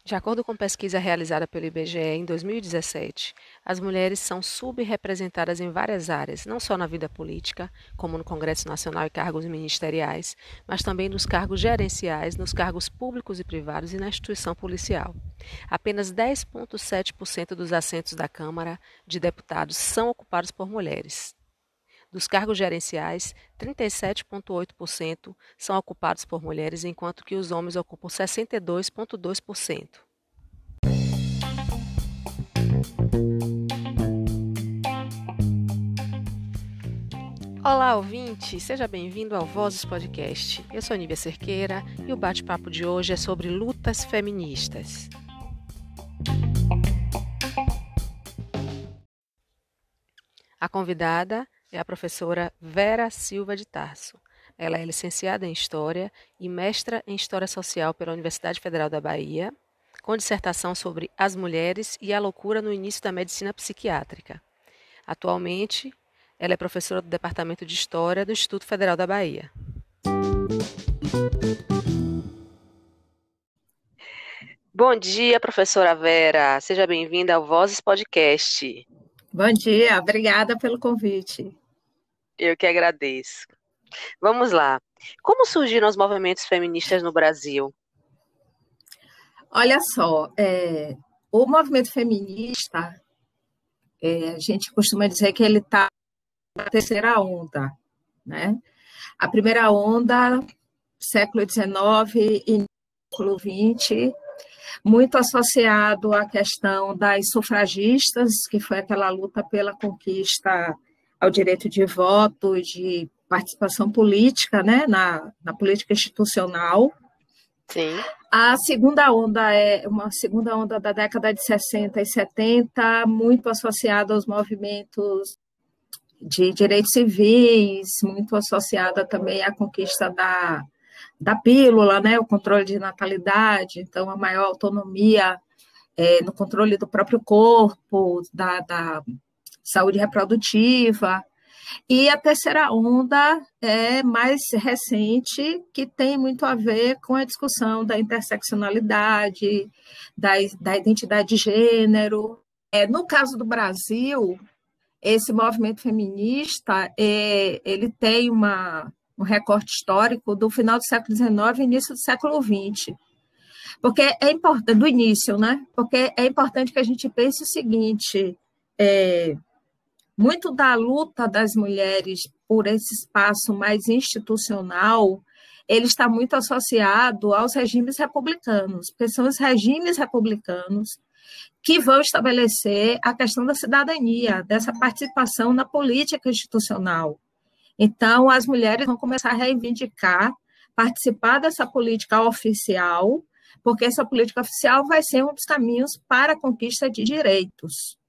De acordo com pesquisa realizada pelo IBGE em 2017, as mulheres são subrepresentadas em várias áreas, não só na vida política, como no Congresso Nacional e cargos ministeriais, mas também nos cargos gerenciais, nos cargos públicos e privados e na instituição policial. Apenas 10,7% dos assentos da Câmara de Deputados são ocupados por mulheres. Dos cargos gerenciais, 37,8% são ocupados por mulheres, enquanto que os homens ocupam 62,2%. Olá, ouvinte! Seja bem-vindo ao Vozes Podcast. Eu sou Nívia Cerqueira e o bate-papo de hoje é sobre lutas feministas. A convidada é a professora Vera Silva de Tarso. Ela é licenciada em História e mestra em História Social pela Universidade Federal da Bahia, com dissertação sobre as mulheres e a loucura no início da medicina psiquiátrica. Atualmente, ela é professora do Departamento de História do Instituto Federal da Bahia. Bom dia, professora Vera. Seja bem-vinda ao Vozes Podcast. Bom dia, obrigada pelo convite. Eu que agradeço. Vamos lá. Como surgiram os movimentos feministas no Brasil? Olha só, o movimento feminista, a gente costuma dizer que ele está na terceira onda, né? A primeira onda, século XIX e século XX, muito associado à questão das sufragistas, que foi aquela luta pela conquista ao direito de voto e de participação política, né, na política institucional. Sim. A segunda onda é uma segunda onda da década de 60 e 70, muito associada aos movimentos de direitos civis, muito associada também à conquista da pílula, né, o controle de natalidade, então a maior autonomia no controle do próprio corpo, da saúde reprodutiva. E a terceira onda é mais recente, que tem muito a ver com a discussão da interseccionalidade, da identidade de gênero. No caso do Brasil, esse movimento feminista ele tem um recorte histórico do final do século XIX e início do século XX. Porque é importante, do início, né? Porque é importante que a gente pense o seguinte: muito da luta das mulheres por esse espaço mais institucional, ele está muito associado aos regimes republicanos, porque são os regimes republicanos que vão estabelecer a questão da cidadania, dessa participação na política institucional. Então, as mulheres vão começar a reivindicar, participar dessa política oficial, porque essa política oficial vai ser um dos caminhos para a conquista de direitos.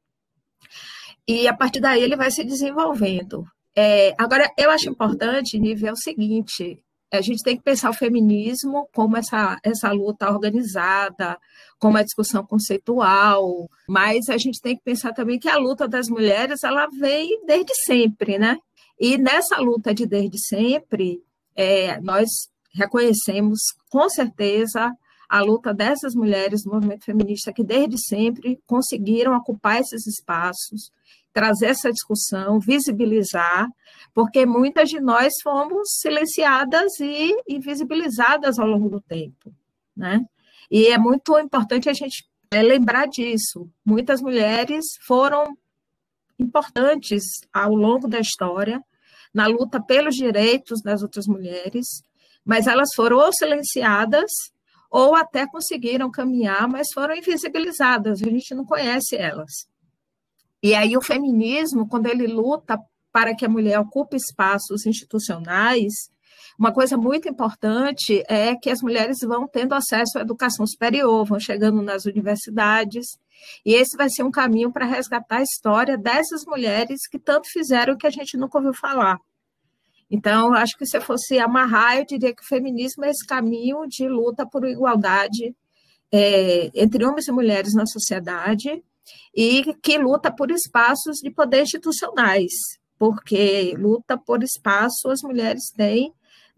E, a partir daí, ele vai se desenvolvendo. Agora, eu acho importante, Nívia, o seguinte: a gente tem que pensar o feminismo como essa luta organizada, como a discussão conceitual, mas a gente tem que pensar também que a luta das mulheres ela vem desde sempre, né? E nessa luta de desde sempre, nós reconhecemos com certeza a luta dessas mulheres do movimento feminista que desde sempre conseguiram ocupar esses espaços, trazer essa discussão, visibilizar, porque muitas de nós fomos silenciadas e invisibilizadas ao longo do tempo, né? E é muito importante a gente lembrar disso. Muitas mulheres foram importantes ao longo da história na luta pelos direitos das outras mulheres, mas elas foram ou silenciadas ou até conseguiram caminhar, mas foram invisibilizadas, a gente não conhece elas. E aí o feminismo, quando ele luta para que a mulher ocupe espaços institucionais, uma coisa muito importante é que as mulheres vão tendo acesso à educação superior, vão chegando nas universidades, e esse vai ser um caminho para resgatar a história dessas mulheres que tanto fizeram que a gente nunca ouviu falar. Então, acho que se eu fosse amarrar, eu diria que o feminismo é esse caminho de luta por igualdade entre homens e mulheres na sociedade, e que luta por espaços de poder institucionais, porque luta por espaço as mulheres têm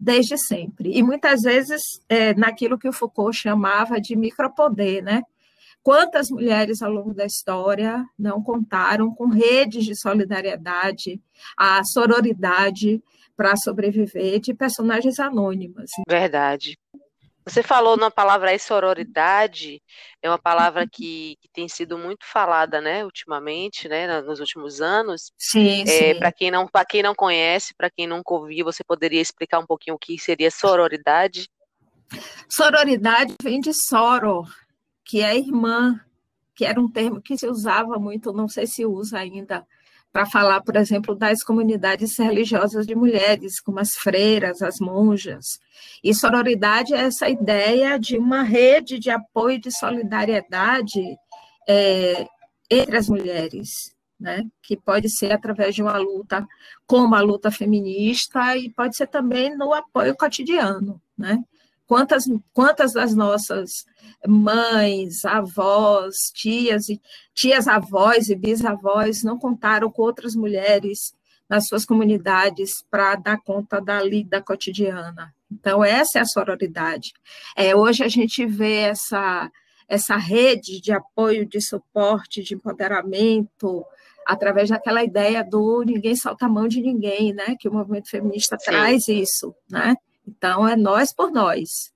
desde sempre. E muitas vezes naquilo que o Foucault chamava de micropoder, né? Quantas mulheres ao longo da história não contaram com redes de solidariedade, a sororidade para sobreviver de personagens anônimas. Verdade. Você falou na palavra aí, sororidade, é uma palavra que tem sido muito falada, né, ultimamente, né, nos últimos anos. Sim, sim. Para quem não conhece, para quem nunca ouviu, você poderia explicar um pouquinho o que seria sororidade? Sororidade vem de soror, que é irmã, que era um termo que se usava muito, não sei se usa ainda, para falar, por exemplo, das comunidades religiosas de mulheres, como as freiras, as monjas. E sororidade é essa ideia de uma rede de apoio e de solidariedade entre as mulheres, né? Que pode ser através de uma luta, como a luta feminista, e pode ser também no apoio cotidiano, né? Quantas das nossas mães, avós, tias avós e bisavós não contaram com outras mulheres nas suas comunidades para dar conta da lida cotidiana? Então, essa é a sororidade. Hoje a gente vê essa rede de apoio, de suporte, de empoderamento, através daquela ideia do ninguém solta a mão de ninguém, né? Que o movimento feminista Sim. traz isso, né? Então, é nós por nós.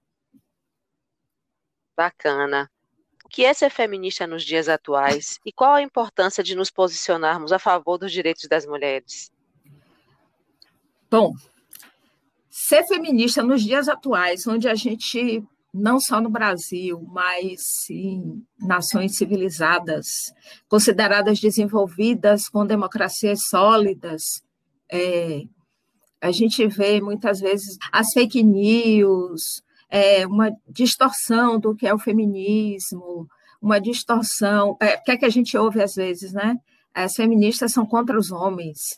Bacana. O que é ser feminista nos dias atuais e qual a importância de nos posicionarmos a favor dos direitos das mulheres? Bom, ser feminista nos dias atuais, onde a gente, não só no Brasil, mas em nações civilizadas, consideradas desenvolvidas, com democracias sólidas, a gente vê muitas vezes as fake news, uma distorção do que é o feminismo, uma distorção. O que é que a gente ouve às vezes, né? As feministas são contra os homens.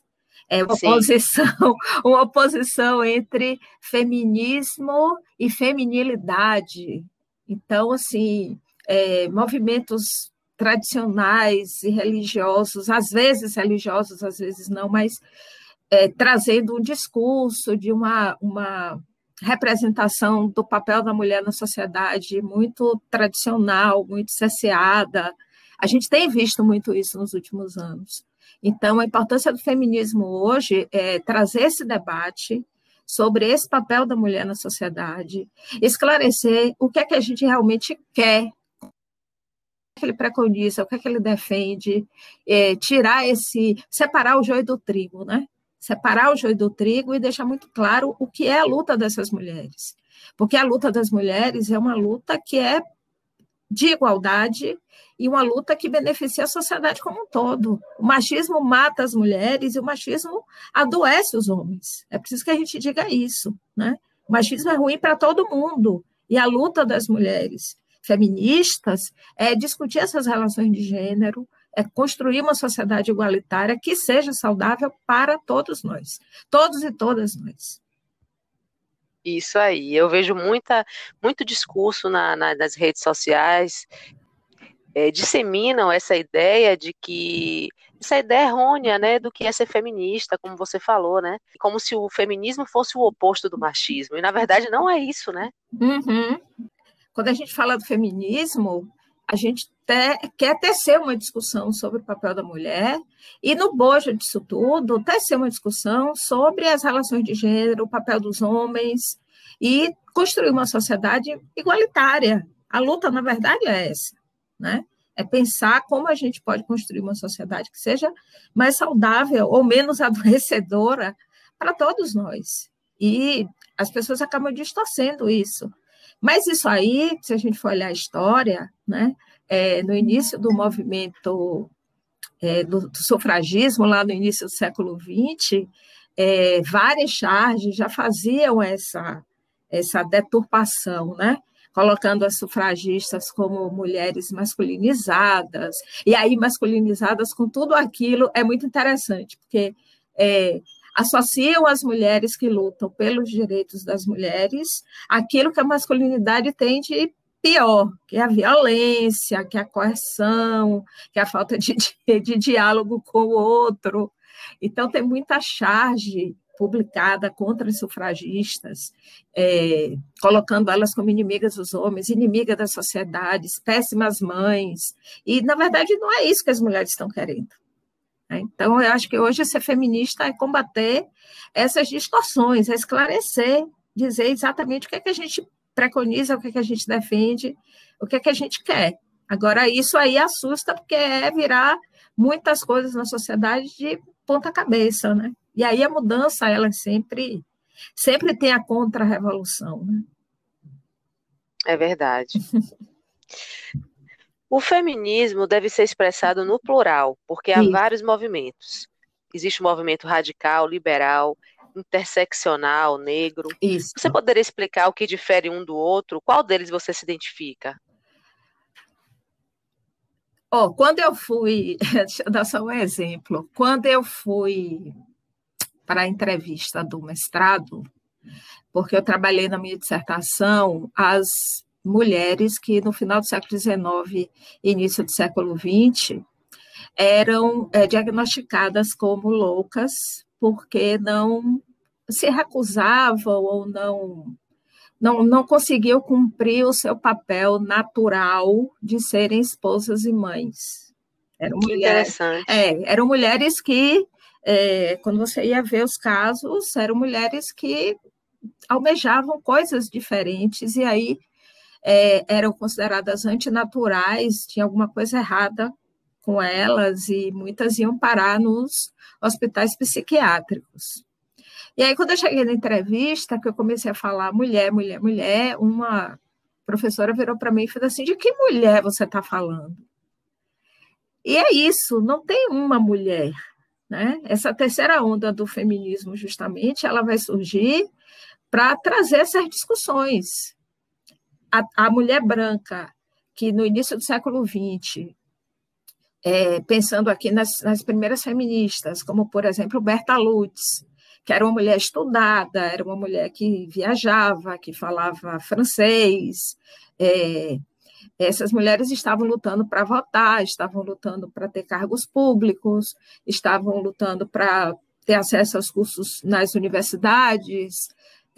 Uma oposição entre feminismo e feminilidade. Então, assim, movimentos tradicionais e religiosos, às vezes não, mas trazendo um discurso de uma representação do papel da mulher na sociedade muito tradicional, muito cerceada. A gente tem visto muito isso nos últimos anos. Então, a importância do feminismo hoje é trazer esse debate sobre esse papel da mulher na sociedade, esclarecer o que é que a gente realmente quer, o que ele preconiza, o que é que ele defende, separar o joio do trigo, né? Separar o joio do trigo e deixar muito claro o que é a luta dessas mulheres. Porque a luta das mulheres é uma luta que é de igualdade e uma luta que beneficia a sociedade como um todo. O machismo mata as mulheres e o machismo adoece os homens. É preciso que a gente diga isso, né? O machismo é ruim para todo mundo. E a luta das mulheres feministas é discutir essas relações de gênero, é construir uma sociedade igualitária que seja saudável para todos nós, todos e todas nós. Isso aí, eu vejo muito discurso nas redes sociais, disseminam essa ideia errônea, né, do que é ser feminista, como você falou, né, como se o feminismo fosse o oposto do machismo, e na verdade não é isso, né? Uhum. Quando a gente fala do feminismo, a gente quer tecer uma discussão sobre o papel da mulher e, no bojo disso tudo, tecer uma discussão sobre as relações de gênero, o papel dos homens e construir uma sociedade igualitária. A luta, na verdade, é essa, né? É pensar como a gente pode construir uma sociedade que seja mais saudável ou menos adoecedora para todos nós. E as pessoas acabam distorcendo isso. Mas isso aí, se a gente for olhar a história, né, no início do movimento do sufragismo, lá no início do século XX, várias charges já faziam essa deturpação, né? Colocando as sufragistas como mulheres masculinizadas, e aí masculinizadas com tudo aquilo, é muito interessante, porque associam as mulheres que lutam pelos direitos das mulheres aquilo que a masculinidade tem de pior, que é a violência, que é a coerção, que é a falta de diálogo com o outro. Então, tem muita charge publicada contra as sufragistas, colocando elas como inimigas dos homens, inimigas da sociedade, péssimas mães, e, na verdade, não é isso que as mulheres estão querendo. Então, eu acho que hoje ser feminista é combater essas distorções, é esclarecer, dizer exatamente o que é que a gente preconiza, o que é que a gente defende, o que é que a gente quer. Agora, isso aí assusta, porque é virar muitas coisas na sociedade de ponta cabeça, né? E aí a mudança, ela sempre tem a contra-revolução, né? É verdade. O feminismo deve ser expressado no plural, porque há Isso. vários movimentos. Existe o movimento radical, liberal, interseccional, negro. Isso. Você poderia explicar o que difere um do outro? Qual deles você se identifica? Quando eu fui, deixa eu dar só um exemplo, quando eu fui para a entrevista do mestrado, porque eu trabalhei na minha dissertação as mulheres que no final do século XIX e início do século XX eram diagnosticadas como loucas porque não se recusavam ou não conseguiam cumprir o seu papel natural de serem esposas e mães. Que interessante. Eram mulheres que, quando você ia ver os casos, eram mulheres que almejavam coisas diferentes e aí eram consideradas antinaturais, tinha alguma coisa errada com elas e muitas iam parar nos hospitais psiquiátricos. E aí, quando eu cheguei na entrevista, que eu comecei a falar mulher, mulher, mulher, uma professora virou para mim e falou assim, de que mulher você está falando? E é isso, não tem uma mulher, né? Essa terceira onda do feminismo, justamente, ela vai surgir para trazer essas discussões. A mulher branca, que no início do século XX, pensando aqui nas primeiras feministas, como, por exemplo, Berta Lutz, que era uma mulher estudada, era uma mulher que viajava, que falava francês. Essas mulheres estavam lutando para votar, estavam lutando para ter cargos públicos, estavam lutando para ter acesso aos cursos nas universidades.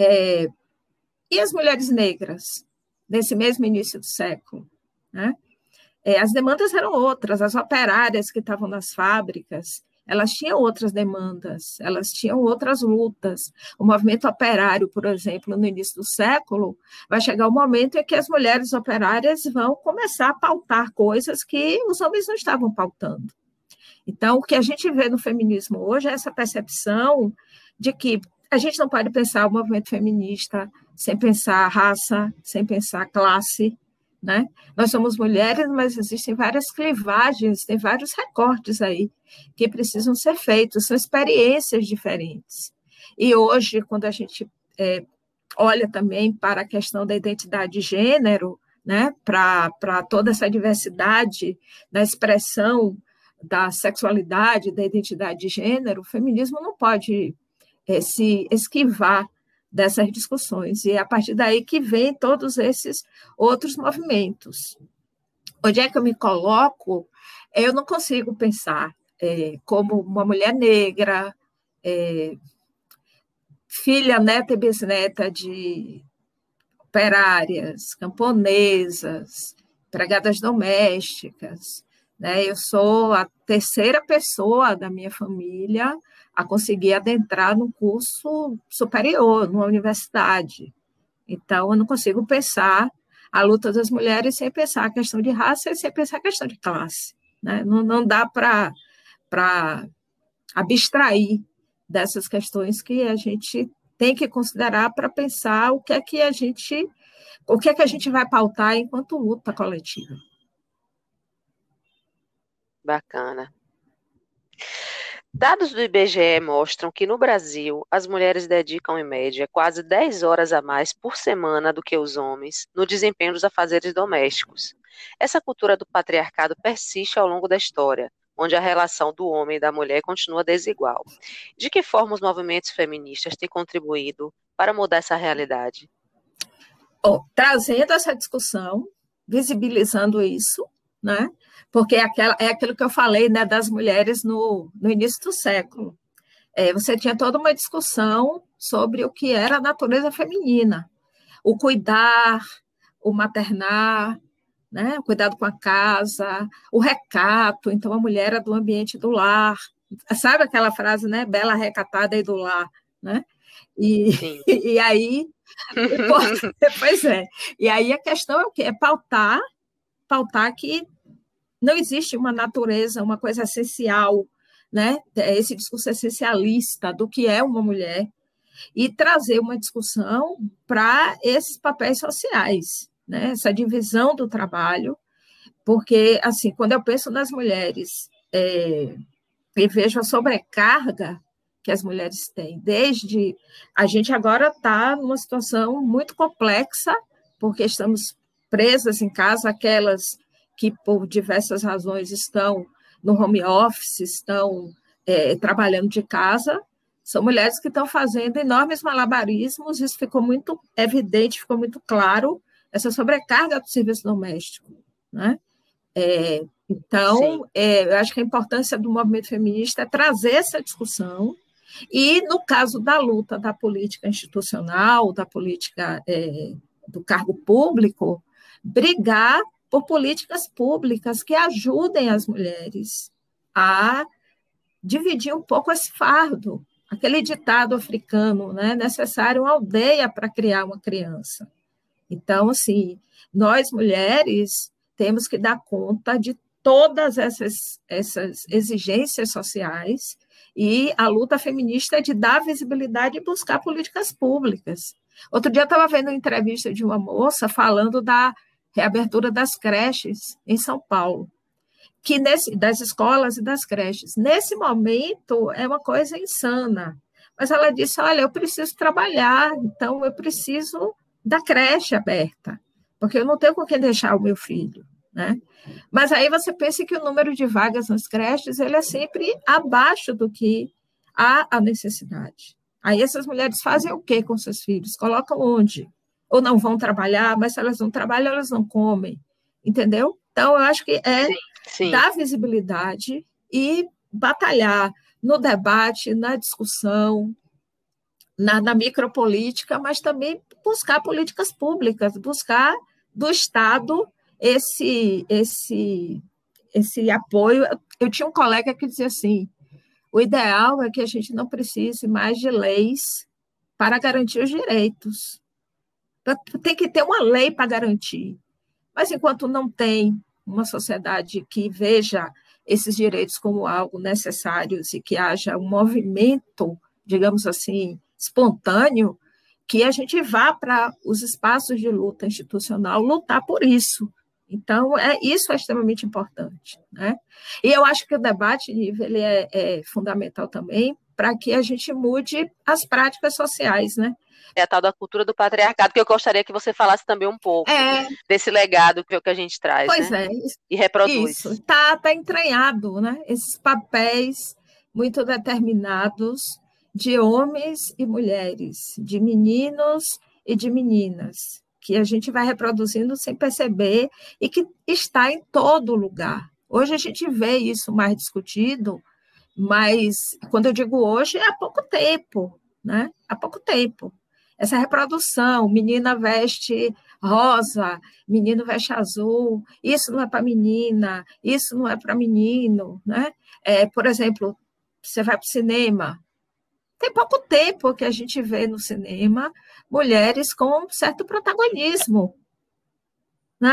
E as mulheres negras, nesse mesmo início do século, né? As demandas eram outras, as operárias que estavam nas fábricas, elas tinham outras demandas, elas tinham outras lutas. O movimento operário, por exemplo, no início do século, vai chegar um momento em que as mulheres operárias vão começar a pautar coisas que os homens não estavam pautando. Então, o que a gente vê no feminismo hoje é essa percepção de que a gente não pode pensar o movimento feminista sem pensar raça, sem pensar classe, né? Nós somos mulheres, mas existem várias clivagens, tem vários recortes aí que precisam ser feitos, são experiências diferentes. E hoje, quando a gente olha também para a questão da identidade de gênero, né? Para toda essa diversidade da expressão da sexualidade, da identidade de gênero, o feminismo não pode se esquivar dessas discussões. E é a partir daí que vem todos esses outros movimentos. Onde é que eu me coloco? Eu não consigo pensar como uma mulher negra, filha, neta e bisneta de operárias, camponesas, empregadas domésticas, né? Eu sou a terceira pessoa da minha família a conseguir adentrar num curso superior, numa universidade. Então, eu não consigo pensar a luta das mulheres sem pensar a questão de raça e sem pensar a questão de classe, né? Não dá para abstrair dessas questões que a gente tem que considerar para pensar o que é que a gente vai pautar enquanto luta coletiva. Bacana. Dados do IBGE mostram que no Brasil as mulheres dedicam em média quase 10 horas a mais por semana do que os homens no desempenho dos afazeres domésticos. Essa cultura do patriarcado persiste ao longo da história, onde a relação do homem e da mulher continua desigual. De que forma os movimentos feministas têm contribuído para mudar essa realidade? Trazendo essa discussão, visibilizando isso, né? Porque é aquilo que eu falei, né, das mulheres no início do século. você tinha toda uma discussão sobre o que era a natureza feminina, o cuidar, o maternar, né? O cuidado com a casa, o recato. Então, a mulher era do ambiente do lar. Sabe aquela frase, né? Bela recatada e do lar, né? E, Sim. e aí, pois é. E aí a questão é o quê? É pautar que não existe uma natureza, uma coisa essencial, né? Esse discurso essencialista do que é uma mulher e trazer uma discussão para esses papéis sociais, né? Essa divisão do trabalho, porque, assim, quando eu penso nas mulheres e vejo a sobrecarga que as mulheres têm, desde... A gente agora está numa situação muito complexa, porque estamos presas em casa, aquelas que, por diversas razões, estão no home office, estão trabalhando de casa, são mulheres que estão fazendo enormes malabarismos, isso ficou muito evidente, ficou muito claro, essa sobrecarga do serviço doméstico, né? Então, eu acho que a importância do movimento feminista é trazer essa discussão e, no caso da luta da política institucional, da política do cargo público, brigar por políticas públicas que ajudem as mulheres a dividir um pouco esse fardo. Aquele ditado africano, né? Necessário uma aldeia para criar uma criança. Então, assim, nós mulheres temos que dar conta de todas essas exigências sociais e a luta feminista é de dar visibilidade e buscar políticas públicas. Outro dia eu estava vendo uma entrevista de uma moça falando da reabertura das creches em São Paulo, das escolas e das creches. Nesse momento é uma coisa insana, mas ela disse, olha, eu preciso trabalhar, então eu preciso da creche aberta, porque eu não tenho com quem deixar o meu filho, né? Mas aí você pensa que o número de vagas nas creches ele é sempre abaixo do que há a necessidade. Aí essas mulheres fazem o quê com seus filhos? Colocam onde? Ou não vão trabalhar, mas se elas não trabalham, elas não comem, entendeu? Então, eu acho que dar visibilidade e batalhar no debate, na discussão, na micropolítica, mas também buscar políticas públicas, buscar do Estado esse apoio. Eu tinha um colega que dizia assim, o ideal é que a gente não precise mais de leis para garantir os direitos. Tem que ter uma lei para garantir. Mas enquanto não tem uma sociedade que veja esses direitos como algo necessário e que haja um movimento, digamos assim, espontâneo, que a gente vá para os espaços de luta institucional lutar por isso. Então, isso é extremamente importante, né? E eu acho que o debate, ele é fundamental também para que a gente mude as práticas sociais, né? É a tal da cultura do patriarcado, que eu gostaria que você falasse também um pouco desse legado que a gente traz, pois né? E reproduz. Isso, está entranhado, né? Esses papéis muito determinados de homens e mulheres, de meninos e de meninas, que a gente vai reproduzindo sem perceber e que está em todo lugar. Hoje a gente vê isso mais discutido, mas quando eu digo hoje, é há pouco tempo, né? Há pouco tempo. Essa reprodução, menina veste rosa, menino veste azul, isso não é para menina, isso não é para menino, né? Por exemplo, você vai para o cinema, tem pouco tempo que a gente vê no cinema mulheres com um certo protagonismo, né?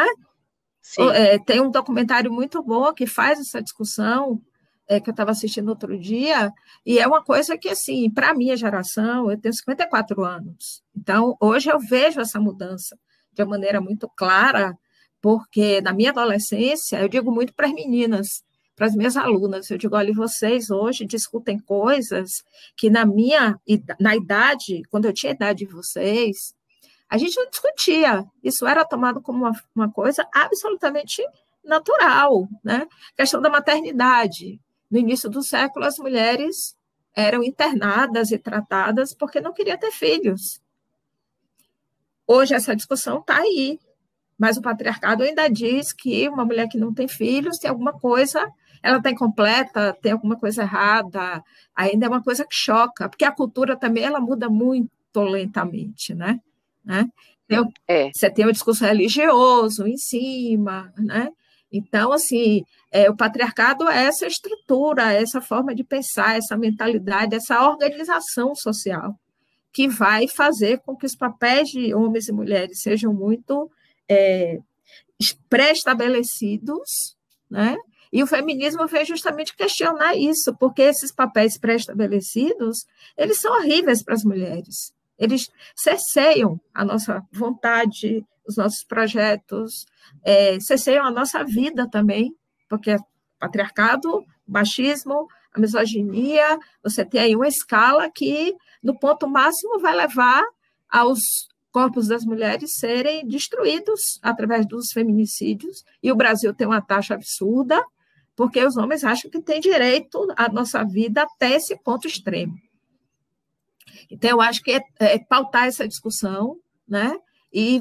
Tem um documentário muito bom que faz essa discussão, que eu estava assistindo outro dia, e é uma coisa que, assim, para a minha geração, eu tenho 54 anos, então, hoje eu vejo essa mudança de uma maneira muito clara, porque na minha adolescência, eu digo muito para as meninas, para as minhas alunas, eu digo, olha, vocês hoje discutem coisas que na idade, quando eu tinha a idade de vocês, a gente não discutia, isso era tomado como uma coisa absolutamente natural, né? A questão da maternidade. No início do século, as mulheres eram internadas e tratadas porque não queriam ter filhos. Hoje, essa discussão está aí. Mas o patriarcado ainda diz que uma mulher que não tem filhos tem alguma coisa, ela está incompleta, tem alguma coisa errada, ainda é uma coisa que choca, porque a cultura também ela muda muito lentamente, né? Você tem o discurso religioso em cima, né? Então, assim, o patriarcado é essa estrutura, essa forma de pensar, essa mentalidade, essa organização social que vai fazer com que os papéis de homens e mulheres sejam muito é, pré-estabelecidos, né? E o feminismo veio justamente questionar isso, porque esses papéis pré-estabelecidos, eles são horríveis para as mulheres. Eles cerceiam a nossa vontade, os nossos projetos, cerceiam a nossa vida também, porque o patriarcado, o machismo, a misoginia, você tem aí uma escala que, no ponto máximo, vai levar aos corpos das mulheres serem destruídos através dos feminicídios, e o Brasil tem uma taxa absurda, porque os homens acham que têm direito à nossa vida até esse ponto extremo. Então, eu acho que pautar essa discussão, né? E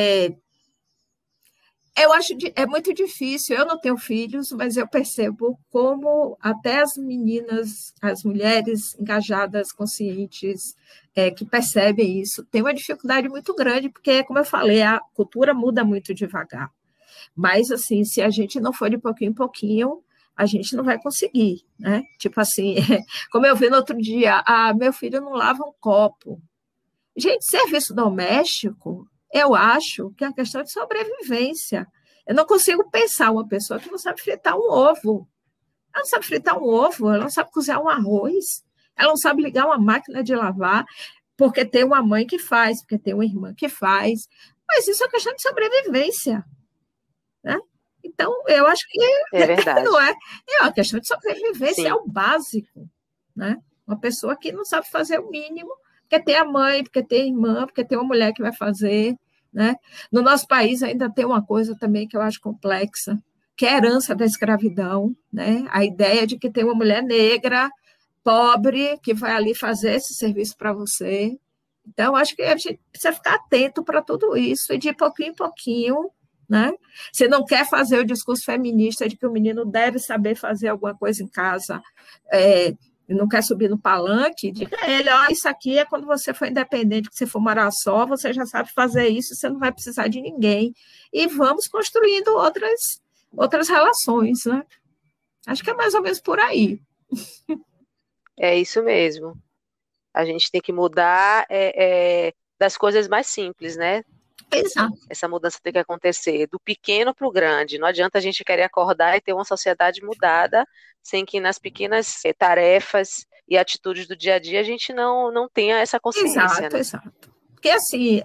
eu acho muito difícil. Eu não tenho filhos, mas eu percebo como até as meninas, as mulheres engajadas, conscientes, que percebem isso, têm uma dificuldade muito grande, porque, como eu falei, a cultura muda muito devagar. Mas, assim, se a gente não for de pouquinho em pouquinho, a gente não vai conseguir, né? Tipo assim, como eu vi no outro dia, meu filho não lava um copo. Gente, serviço doméstico, eu acho que é uma questão de sobrevivência. Eu não consigo pensar uma pessoa que não sabe fritar um ovo. Ela não sabe fritar um ovo, ela não sabe cozinhar um arroz, ela não sabe ligar uma máquina de lavar, porque tem uma mãe que faz, porque tem uma irmã que faz. Mas isso é questão de sobrevivência, né? Então, eu acho que É verdade. não é uma questão de sobrevivência, Sim. é o básico, né? Uma pessoa que não sabe fazer o mínimo, porque tem a mãe, porque tem a irmã, porque tem uma mulher que vai fazer, né? No nosso país ainda tem uma coisa também que eu acho complexa, que é a herança da escravidão, né? A ideia de que tem uma mulher negra, pobre, que vai ali fazer esse serviço para você. Então, acho que a gente precisa ficar atento para tudo isso e de pouquinho em pouquinho, né? Você não quer fazer o discurso feminista de que o menino deve saber fazer alguma coisa em casa, não quer subir no palanque, diga a ele, isso aqui é quando você for independente, que você for morar só, você já sabe fazer isso, você não vai precisar de ninguém. E vamos construindo outras relações, né? Acho que é mais ou menos por aí. É isso mesmo. A gente tem que mudar das coisas mais simples, né? Exato. Essa mudança tem que acontecer do pequeno para o grande. Não adianta a gente querer acordar e ter uma sociedade mudada sem que nas pequenas tarefas e atitudes do dia a dia a gente não tenha essa consciência, Exato, né? exato. Porque, assim,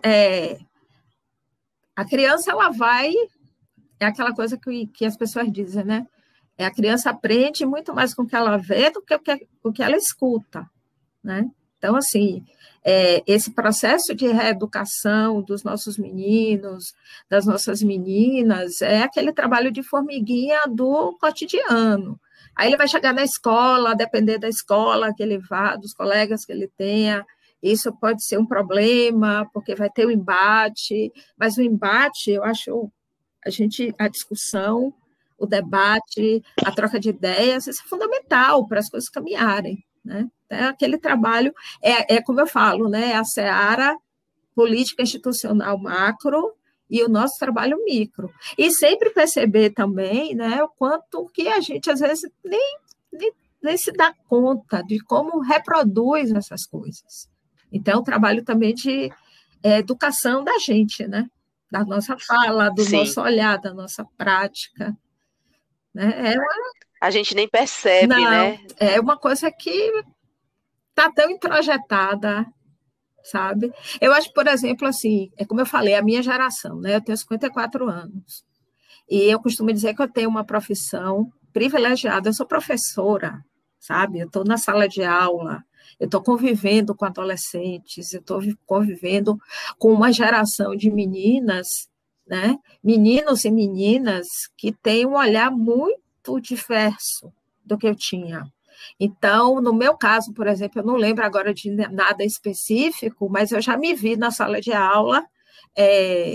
a criança, ela vai... É aquela coisa que as pessoas dizem, né? A criança aprende muito mais com o que ela vê do que o que ela escuta, né? Então, assim, esse processo de reeducação dos nossos meninos, das nossas meninas, é aquele trabalho de formiguinha do cotidiano. Aí ele vai chegar na escola, depender da escola que ele vá, dos colegas que ele tenha, isso pode ser um problema, porque vai ter o embate, mas o embate, eu acho, a discussão, o debate, a troca de ideias, isso é fundamental para as coisas caminharem, né? Aquele trabalho, como eu falo, né? A seara política institucional macro e o nosso trabalho micro. E sempre perceber também, né, o quanto que a gente, às vezes, nem se dá conta de como reproduz essas coisas. Então, o trabalho também de educação da gente, né? Da nossa fala, do Sim. nosso olhar, da nossa prática. Né? A gente nem percebe, Não, né? é uma coisa que está tão introjetada, sabe? Eu acho, por exemplo, assim, como eu falei, a minha geração, né? Eu tenho 54 anos. E eu costumo dizer que eu tenho uma profissão privilegiada. Eu sou professora, sabe? Eu estou na sala de aula, eu estou convivendo com adolescentes, eu estou convivendo com uma geração de meninas, né? Meninos e meninas que têm um olhar muito diverso do que eu tinha. Então, no meu caso, por exemplo, eu não lembro agora de nada específico, mas eu já me vi na sala de aula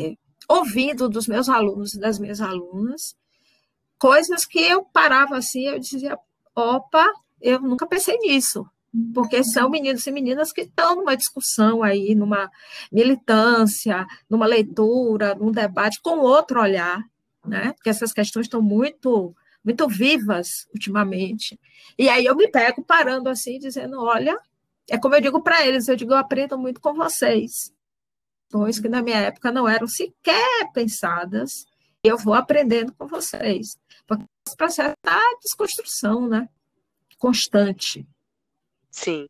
ouvindo dos meus alunos e das minhas alunas, coisas que eu parava assim, eu dizia, opa, eu nunca pensei nisso, porque são meninos e meninas que estão numa discussão aí, numa militância, numa leitura, num debate com outro olhar, né? Porque essas questões estão muito vivas ultimamente. E aí eu me pego parando assim, dizendo, olha, é como eu digo para eles, eu digo, eu aprendo muito com vocês, questões que na minha época não eram sequer pensadas, eu vou aprendendo com vocês. Porque esse processo da desconstrução, né? Constante. Sim,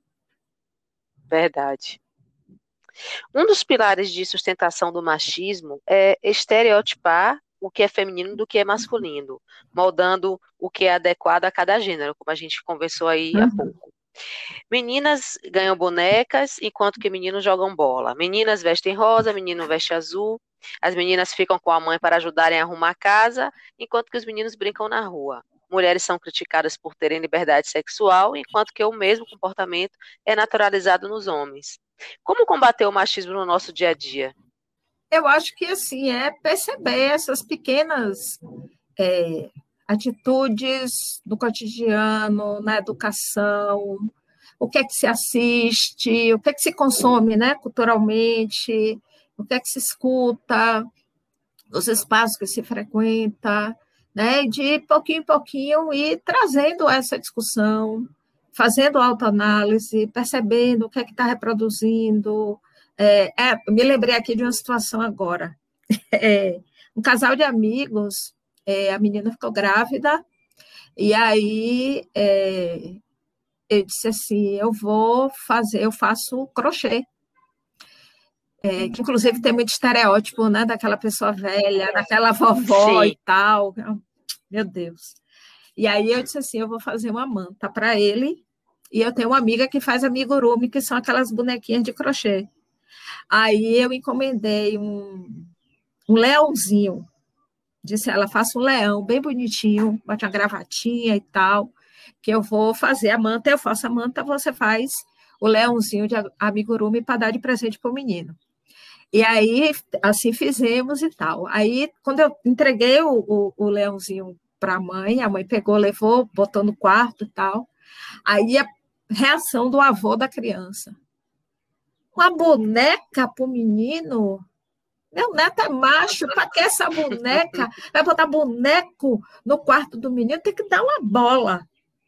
verdade. Um dos pilares de sustentação do machismo é estereotipar o que é feminino do que é masculino, moldando o que é adequado a cada gênero, como a gente conversou aí há pouco. Meninas ganham bonecas, enquanto que meninos jogam bola. Meninas vestem rosa, menino veste azul. As meninas ficam com a mãe para ajudarem a arrumar a casa, enquanto que os meninos brincam na rua. Mulheres são criticadas por terem liberdade sexual, enquanto que o mesmo comportamento é naturalizado nos homens. Como combater o machismo no nosso dia a dia? Eu acho que assim é perceber essas pequenas atitudes do cotidiano, na educação, o que é que se assiste, o que é que se consome, né, culturalmente, o que é que se escuta, os espaços que se frequenta, né, de pouquinho em pouquinho ir trazendo essa discussão, fazendo autoanálise, percebendo o que é que está reproduzindo. Me lembrei aqui de uma situação agora. Um casal de amigos, a menina ficou grávida, e aí eu disse assim, eu faço crochê. Que inclusive tem muito estereótipo, né, daquela pessoa velha, daquela vovó Sim. e tal. Meu Deus. E aí eu disse assim, eu vou fazer uma manta para ele, e eu tenho uma amiga que faz amigurumi, que são aquelas bonequinhas de crochê. Aí eu encomendei um leãozinho. Disse ela, faça um leão bem bonitinho, bote uma gravatinha e tal, que eu vou fazer a manta, eu faço a manta, você faz o leãozinho de amigurumi para dar de presente para o menino. E aí, assim fizemos e tal. Aí, quando eu entreguei o leãozinho para a mãe pegou, levou, botou no quarto e tal. Aí, a reação do avô da criança. Uma boneca para o menino? Meu neto é macho, para que essa boneca? Vai botar boneco no quarto do menino? Tem que dar uma bola.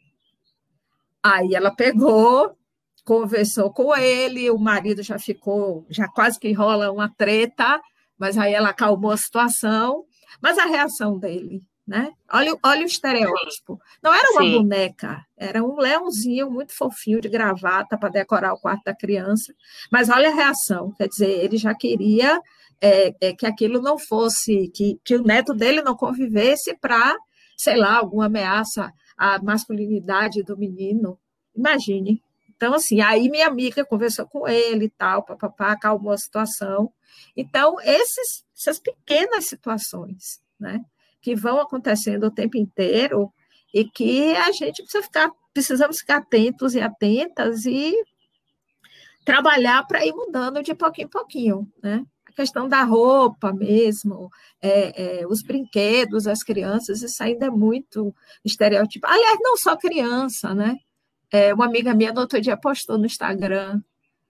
Aí ela pegou, conversou com ele, o marido já ficou, já quase que rola uma treta, mas aí ela acalmou a situação. Mas a reação dele, né? Olha o estereótipo. Não era uma Sim. boneca, era um leãozinho muito fofinho de gravata para decorar o quarto da criança. Mas olha a reação, quer dizer, ele já queria que aquilo não fosse, que o neto dele não convivesse para, sei lá, alguma ameaça à masculinidade do menino. Imagine. Então, assim, aí minha amiga conversou com ele e tal, papapá, acalmou a situação. Então, essas pequenas situações, né, que vão acontecendo o tempo inteiro e que a gente precisamos ficar atentos e atentas e trabalhar para ir mudando de pouquinho em pouquinho, né? A questão da roupa mesmo, os brinquedos, as crianças, isso ainda é muito estereótipo. Aliás, não só criança, né? Uma amiga minha no outro dia postou no Instagram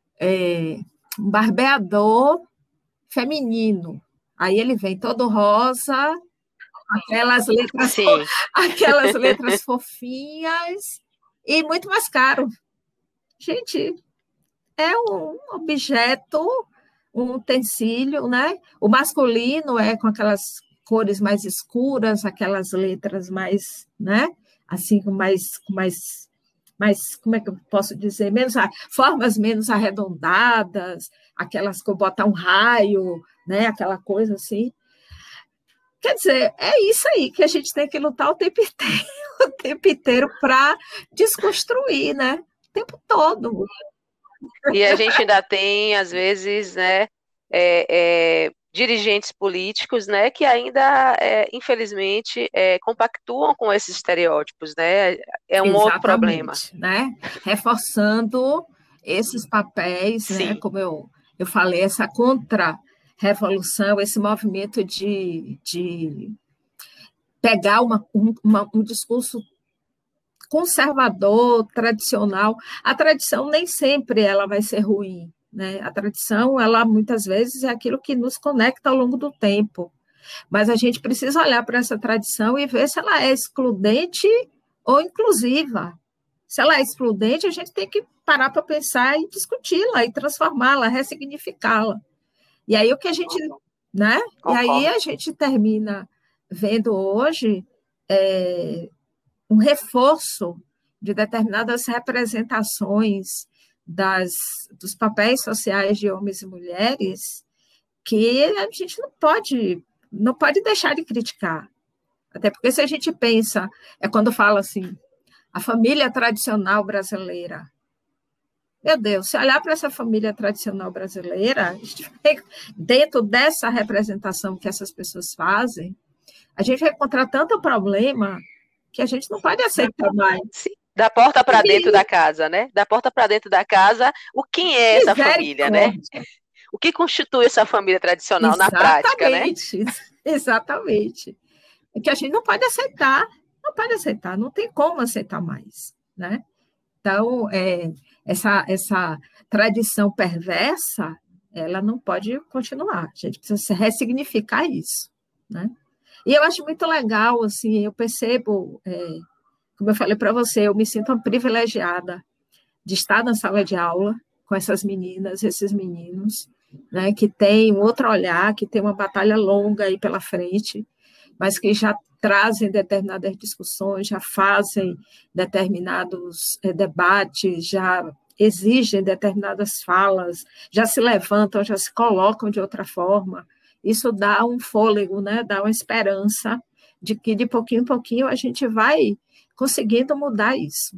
um barbeador feminino. Aí ele vem todo rosa, aquelas letras, Sim. aquelas letras fofinhas e muito mais caro. Gente, é um objeto, um utensílio, né? O masculino é com aquelas cores mais escuras, aquelas letras mais, né? Assim, com mais, como é que eu posso dizer, formas menos arredondadas, aquelas que botam um raio, né? Aquela coisa assim. Quer dizer, é isso aí que a gente tem que lutar o tempo inteiro, o tempo inteiro para desconstruir, né? O tempo todo. E a gente ainda tem, às vezes, né, dirigentes políticos, né, que ainda, infelizmente, compactuam com esses estereótipos, né? É um outro problema. Exatamente, né? Reforçando esses papéis, né? Sim. Como eu falei, essa revolução, esse movimento de pegar um discurso conservador, tradicional. A tradição nem sempre ela vai ser ruim, né? A tradição, ela muitas vezes é aquilo que nos conecta ao longo do tempo. Mas a gente precisa olhar para essa tradição e ver se ela é excludente ou inclusiva. Se ela é excludente, a gente tem que parar para pensar e discuti-la, e transformá-la, ressignificá-la. E aí o que a gente, né? E aí a gente termina vendo hoje um reforço de determinadas representações dos papéis sociais de homens e mulheres que a gente não pode deixar de criticar. Até porque se a gente pensa, quando fala assim, a família tradicional brasileira. Meu Deus, se olhar para essa família tradicional brasileira, dentro dessa representação que essas pessoas fazem, a gente vai encontrar tanto problema que a gente não pode aceitar mais. Sim. Da porta para dentro da casa, né? Da porta para dentro da casa, quem é essa família, né? O que constitui essa família tradicional na prática, né? Exatamente. É que a gente não pode aceitar, não tem como aceitar mais, né? Então, essa tradição perversa, ela não pode continuar. A gente precisa ressignificar isso, né? E eu acho muito legal, assim, eu percebo, como eu falei para você, eu me sinto uma privilegiada de estar na sala de aula com essas meninas, esses meninos, né, que têm um outro olhar, que têm uma batalha longa aí pela frente, mas que já trazem determinadas discussões, já fazem determinados debates, já exigem determinadas falas, já se levantam, já se colocam de outra forma. Isso dá um fôlego, né? Dá uma esperança de que de pouquinho em pouquinho a gente vai conseguindo mudar isso.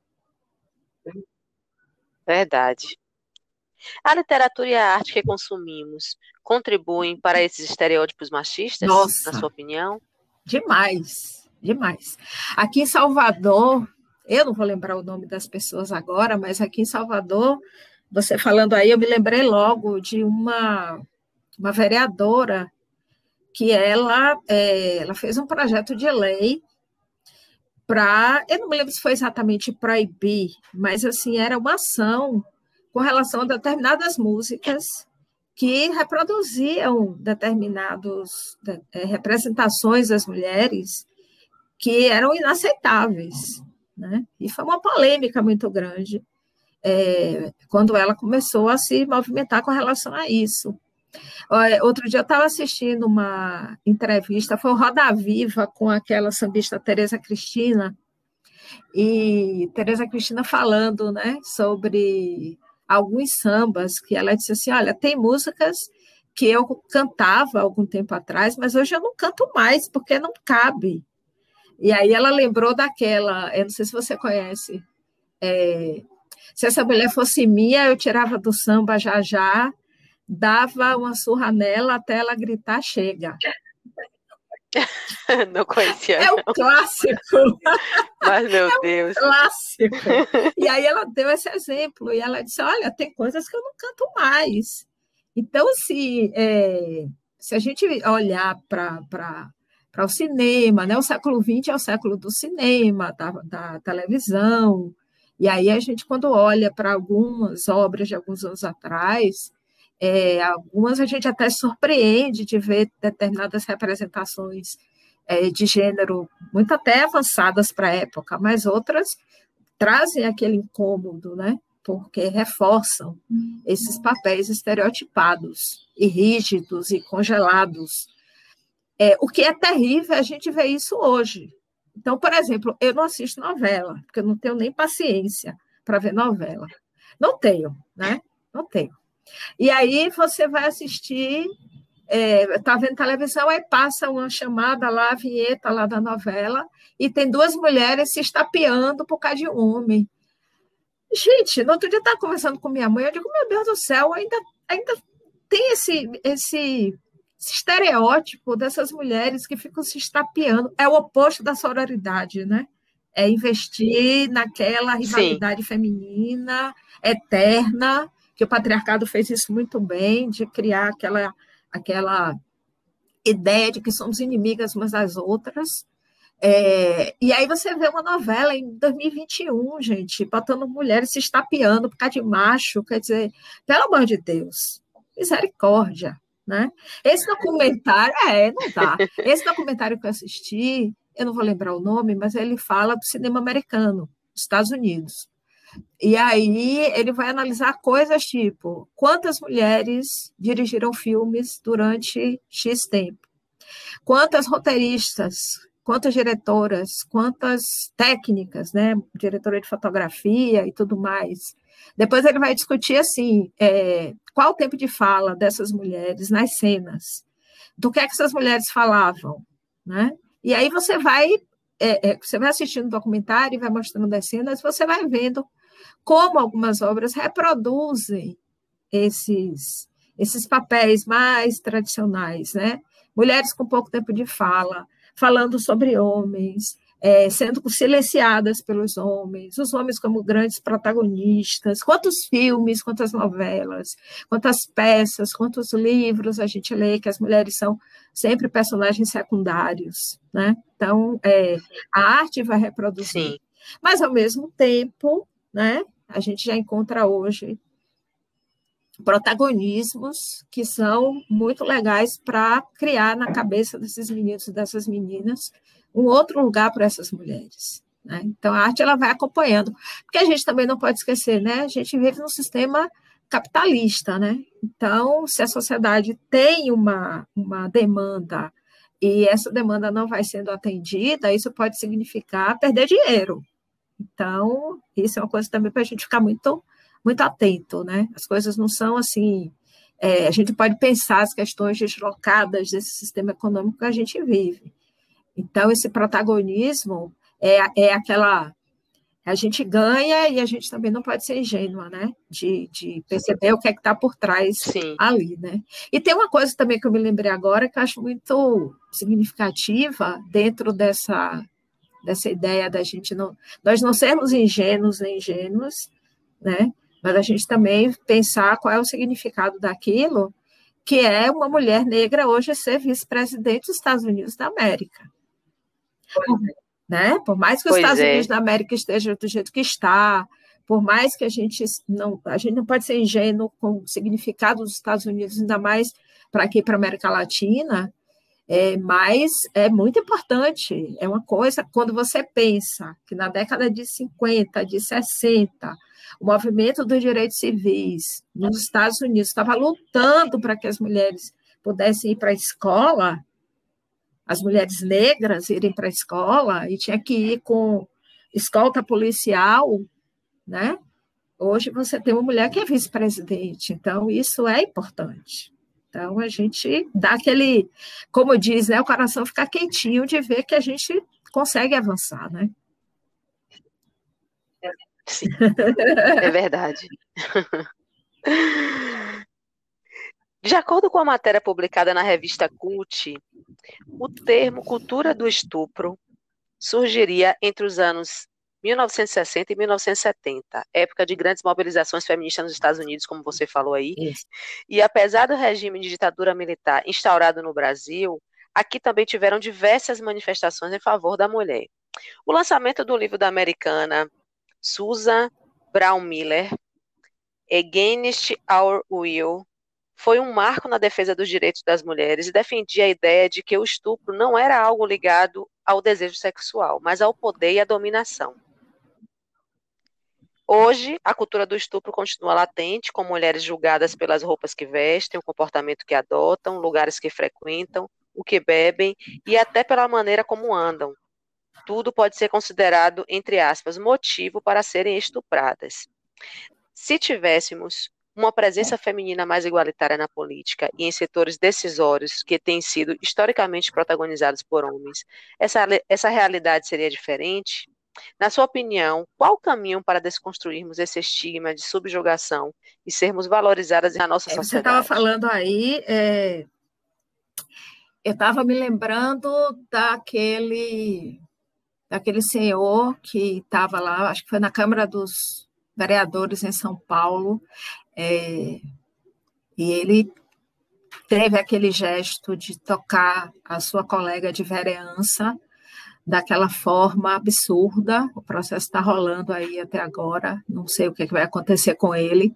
Verdade. A literatura e a arte que consumimos contribuem para esses estereótipos machistas, na sua opinião? Demais, demais. Aqui em Salvador, eu não vou lembrar o nome das pessoas agora, mas aqui em Salvador, você falando aí, eu me lembrei logo de uma vereadora que ela fez um projeto de lei para, eu não me lembro se foi exatamente proibir, mas assim, era uma ação com relação a determinadas músicas que reproduziam determinadas representações das mulheres que eram inaceitáveis, né? E foi uma polêmica muito grande quando ela começou a se movimentar com relação a isso. Outro dia eu estava assistindo uma entrevista, foi o Roda Viva com aquela sambista Tereza Cristina, e Tereza Cristina falando, né, sobre alguns sambas, que ela disse assim, olha, tem músicas que eu cantava há algum tempo atrás, mas hoje eu não canto mais, porque não cabe. E aí ela lembrou daquela, eu não sei se você conhece, se essa mulher fosse minha, eu tirava do samba já já, dava uma surra nela até ela gritar, chega. Não conhecia. É um clássico. Mas, meu Deus. Clássico. E aí ela deu esse exemplo, e ela disse, olha, tem coisas que eu não canto mais. Então, se a gente olhar para o cinema, né? O século XX é o século do cinema, da televisão, e aí a gente, quando olha para algumas obras de alguns anos atrás, algumas a gente até surpreende de ver determinadas representações de gênero muito até avançadas para a época, mas outras trazem aquele incômodo, né? Porque reforçam esses papéis estereotipados e rígidos e congelados. O que é terrível, a gente vê isso hoje. Então, por exemplo, eu não assisto novela, porque eu não tenho nem paciência para ver novela. Não tenho, né? Não tenho. E aí você vai assistir, está vendo televisão, aí passa uma chamada lá, a vinheta lá da novela, e tem duas mulheres se estapeando por causa de um homem. Gente, no outro dia eu estava conversando com minha mãe, eu digo, meu Deus do céu, ainda tem esse estereótipo dessas mulheres que ficam se estapeando. É o oposto da sororidade, né? É investir naquela rivalidade feminina, eterna, que o patriarcado fez isso muito bem, de criar aquela ideia de que somos inimigas umas das outras. E aí você vê uma novela em 2021, gente, botando mulheres se estapeando por causa de macho, quer dizer, pelo amor de Deus, misericórdia, né? Esse documentário, não dá. Esse documentário que eu assisti, eu não vou lembrar o nome, mas ele fala do cinema americano, dos Estados Unidos. E aí ele vai analisar coisas tipo quantas mulheres dirigiram filmes durante X tempo, quantas roteiristas, quantas diretoras, quantas técnicas, né, diretora de fotografia e tudo mais. Depois ele vai discutir assim, qual o tempo de fala dessas mulheres nas cenas, do que é que essas mulheres falavam, né? E aí você vai assistindo o documentário e vai mostrando as cenas, você vai vendo como algumas obras reproduzem esses papéis mais tradicionais, né? Mulheres com pouco tempo de fala, falando sobre homens, sendo silenciadas pelos homens, os homens como grandes protagonistas. Quantos filmes, quantas novelas, quantas peças, quantos livros a gente lê que as mulheres são sempre personagens secundários, né? Então, a arte vai reproduzir. Sim. Mas, ao mesmo tempo, né, a gente já encontra hoje protagonismos que são muito legais para criar na cabeça desses meninos e dessas meninas um outro lugar para essas mulheres, né? Então, a arte ela vai acompanhando, porque a gente também não pode esquecer, né? A gente vive num sistema capitalista, né? Então, se a sociedade tem uma demanda e essa demanda não vai sendo atendida, isso pode significar perder dinheiro. Então, isso é uma coisa também para a gente ficar muito, muito atento, né? As coisas não são assim. A gente pode pensar as questões deslocadas desse sistema econômico que a gente vive. Então, esse protagonismo é aquela. A gente ganha e a gente também não pode ser ingênua, né? De perceber o que é que está por trás Sim. ali, né? E tem uma coisa também que eu me lembrei agora que eu acho muito significativa dentro dessa ideia da gente nós não sermos ingênuos nem ingênuas, né? Mas a gente também pensar qual é o significado daquilo, que é uma mulher negra hoje ser vice-presidente dos Estados Unidos da América. Né? Por mais que os Estados Unidos da América esteja do jeito que está, por mais que a gente não pode ser ingênuo com o significado dos Estados Unidos, ainda mais para aqui, para a América Latina, mas é muito importante. É uma coisa, quando você pensa que na década de 50, de 60, o movimento dos direitos civis nos Estados Unidos estava lutando para que as mulheres pudessem ir para a escola, as mulheres negras irem para a escola, e tinha que ir com escolta policial, né? Hoje você tem uma mulher que é vice-presidente, então isso é importante. Então, a gente dá aquele, como diz, né, o coração fica quentinho de ver que a gente consegue avançar, né? Sim, é verdade. De acordo com a matéria publicada na revista Cult, o termo cultura do estupro surgiria entre os anos 1960 e 1970, época de grandes mobilizações feministas nos Estados Unidos, como você falou aí. Isso. E apesar do regime de ditadura militar instaurado no Brasil, aqui também tiveram diversas manifestações em favor da mulher. O lançamento do livro da americana Susan Brown Miller, Against Our Will, foi um marco na defesa dos direitos das mulheres e defendia a ideia de que o estupro não era algo ligado ao desejo sexual, mas ao poder e à dominação. Hoje, a cultura do estupro continua latente, com mulheres julgadas pelas roupas que vestem, o comportamento que adotam, lugares que frequentam, o que bebem e até pela maneira como andam. Tudo pode ser considerado, entre aspas, motivo para serem estupradas. Se tivéssemos uma presença feminina mais igualitária na política e em setores decisórios que têm sido historicamente protagonizados por homens, essa realidade seria diferente? Na sua opinião, qual o caminho para desconstruirmos esse estigma de subjugação e sermos valorizadas na nossa sociedade? Você estava falando aí, eu estava me lembrando daquele senhor que estava lá, acho que foi na Câmara dos Vereadores em São Paulo, e ele teve aquele gesto de tocar a sua colega de vereança daquela forma absurda. O processo está rolando aí até agora, não sei o que vai acontecer com ele,